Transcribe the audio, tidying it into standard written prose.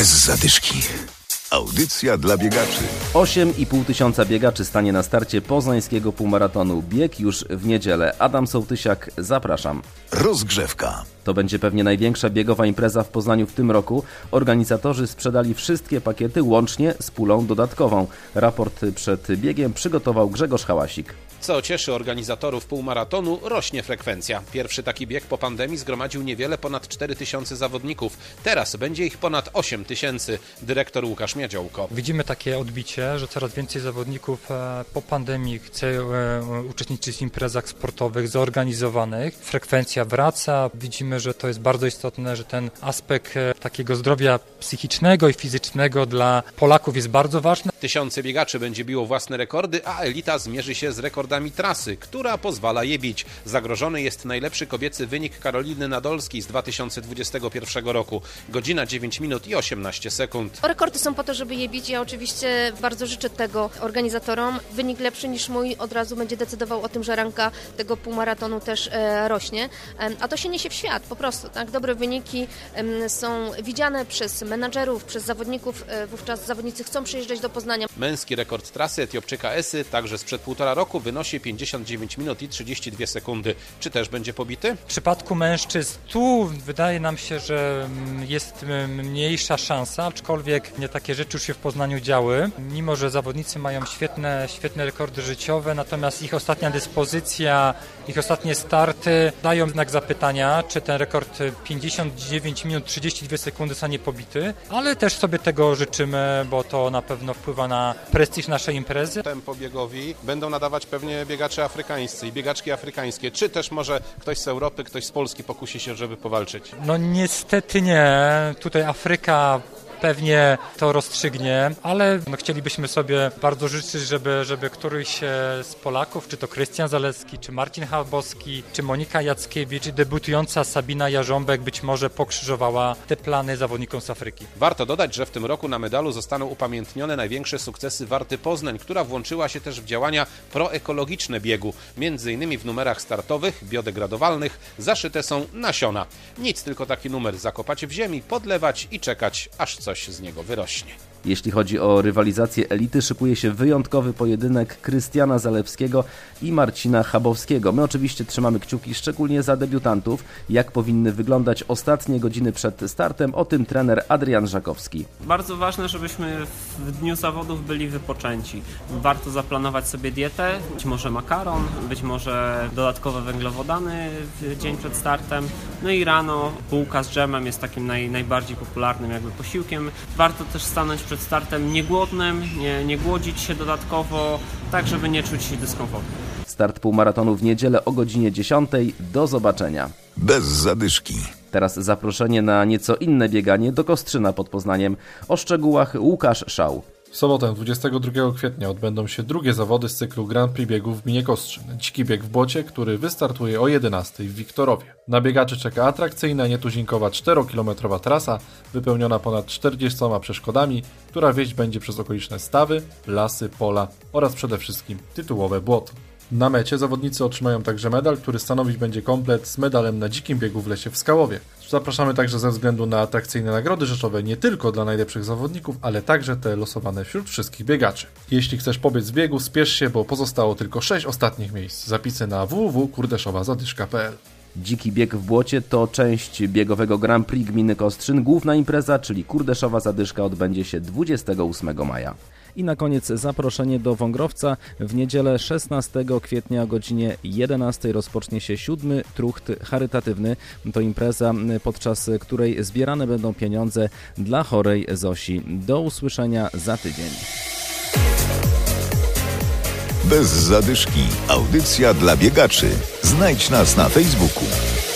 Bez zadyszki. Audycja dla biegaczy. 8,5 tysiąca biegaczy stanie na starcie poznańskiego półmaratonu. Bieg już w niedzielę. Adam Sołtysiak, zapraszam. Rozgrzewka. To będzie pewnie największa biegowa impreza w Poznaniu w tym roku. Organizatorzy sprzedali wszystkie pakiety łącznie z pulą dodatkową. Raport przed biegiem przygotował Grzegorz Hałasik. Co cieszy organizatorów półmaratonu, rośnie frekwencja. Pierwszy taki bieg po pandemii zgromadził niewiele ponad 4 tysiące zawodników. Teraz będzie ich ponad 8 tysięcy. Dyrektor Łukasz Miedziołko. Widzimy takie odbicie, że coraz więcej zawodników po pandemii chce uczestniczyć w imprezach sportowych zorganizowanych. Frekwencja wraca. Widzimy, że to jest bardzo istotne, że ten aspekt takiego zdrowia psychicznego i fizycznego dla Polaków jest bardzo ważny. Tysiące biegaczy będzie biło własne rekordy, a elita zmierzy się z rekordami trasy, która pozwala je bić. Zagrożony jest najlepszy kobiecy wynik Karoliny Nadolskiej z 2021 roku. Godzina 9 minut i 18 sekund. Rekordy są po to, żeby je bić. Ja oczywiście bardzo życzę tego organizatorom. Wynik lepszy niż mój od razu będzie decydował o tym, że ranka tego półmaratonu też rośnie. A to się niesie w świat po prostu. Tak? Dobre wyniki są widziane przez menadżerów, przez zawodników. Wówczas zawodnicy chcą przyjeżdżać do Poznania. Męski rekord trasy Etiopczyka Esy, także sprzed 1,5 roku, wynosi 59 minut i 32 sekundy. Czy też będzie pobity? W przypadku mężczyzn tu wydaje nam się, że jest mniejsza szansa, aczkolwiek nie takie rzeczy już się w Poznaniu działy. Mimo że zawodnicy mają świetne rekordy życiowe, natomiast ich ostatnia dyspozycja, ich ostatnie starty dają znak zapytania, czy ten rekord 59 minut 32 sekundy zostanie pobity, ale też sobie tego życzymy, bo to na pewno wpływa na prestiż naszej imprezy. Tempo biegowi będą nadawać pewnie biegacze afrykańscy i biegaczki afrykańskie. Czy też może ktoś z Europy, ktoś z Polski pokusi się, żeby powalczyć? No niestety nie. Tutaj Afryka pewnie to rozstrzygnie, ale chcielibyśmy sobie bardzo życzyć, żeby któryś z Polaków, czy to Krystian Zalewski, czy Marcin Chabowski, czy Monika Jackiewicz, debiutująca Sabina Jarząbek być może pokrzyżowała te plany zawodnikom z Afryki. Warto dodać, że w tym roku na medalu zostaną upamiętnione największe sukcesy Warty Poznań, która włączyła się też w działania proekologiczne biegu. Między innymi w numerach startowych, biodegradowalnych, zaszyte są nasiona. Nic, tylko taki numer zakopać w ziemi, podlewać i czekać, aż coś z niego wyrośnie. Jeśli chodzi o rywalizację elity, szykuje się wyjątkowy pojedynek Krystiana Zalewskiego i Marcina Chabowskiego. My oczywiście trzymamy kciuki szczególnie za debiutantów. Jak powinny wyglądać ostatnie godziny przed startem? O tym trener Adrian Żakowski. Bardzo ważne, żebyśmy w dniu zawodów byli wypoczęci. Warto zaplanować sobie dietę, być może makaron, być może dodatkowe węglowodany w dzień przed startem. No i rano bułka z dżemem jest takim najbardziej popularnym posiłkiem. Warto też stanąć przed startem niegłodnym, nie głodzić się dodatkowo, tak żeby nie czuć dyskomfortu. Start półmaratonu w niedzielę o godzinie 10. Do zobaczenia. Bez zadyszki. Teraz zaproszenie na nieco inne bieganie do Kostrzyna pod Poznaniem. O szczegółach Łukasz Szał. W sobotę 22 kwietnia odbędą się drugie zawody z cyklu Grand Prix biegów w gminie Kostrzyn. Dziki bieg w błocie, który wystartuje o 11 w Wiktorowie. Na biegaczy czeka atrakcyjna, nietuzinkowa 4-kilometrowa trasa, wypełniona ponad 40 przeszkodami, która wieść będzie przez okoliczne stawy, lasy, pola oraz przede wszystkim tytułowe błoto. Na mecie zawodnicy otrzymają także medal, który stanowić będzie komplet z medalem na dzikim biegu w lesie w Skałowie. Zapraszamy także ze względu na atrakcyjne nagrody rzeczowe nie tylko dla najlepszych zawodników, ale także te losowane wśród wszystkich biegaczy. Jeśli chcesz pobiec w biegu, spiesz się, bo pozostało tylko 6 ostatnich miejsc. Zapisy na www.kurdeszowazadyszka.pl. Dziki bieg w błocie to część biegowego Grand Prix gminy Kostrzyn. Główna impreza, czyli Kurdeszowa Zadyszka, odbędzie się 28 maja. I na koniec zaproszenie do Wągrowca. W niedzielę 16 kwietnia o godzinie 11 rozpocznie się 7. trucht charytatywny. To impreza, podczas której zbierane będą pieniądze dla chorej Zosi. Do usłyszenia za tydzień. Bez zadyszki. Audycja dla biegaczy. Znajdź nas na Facebooku.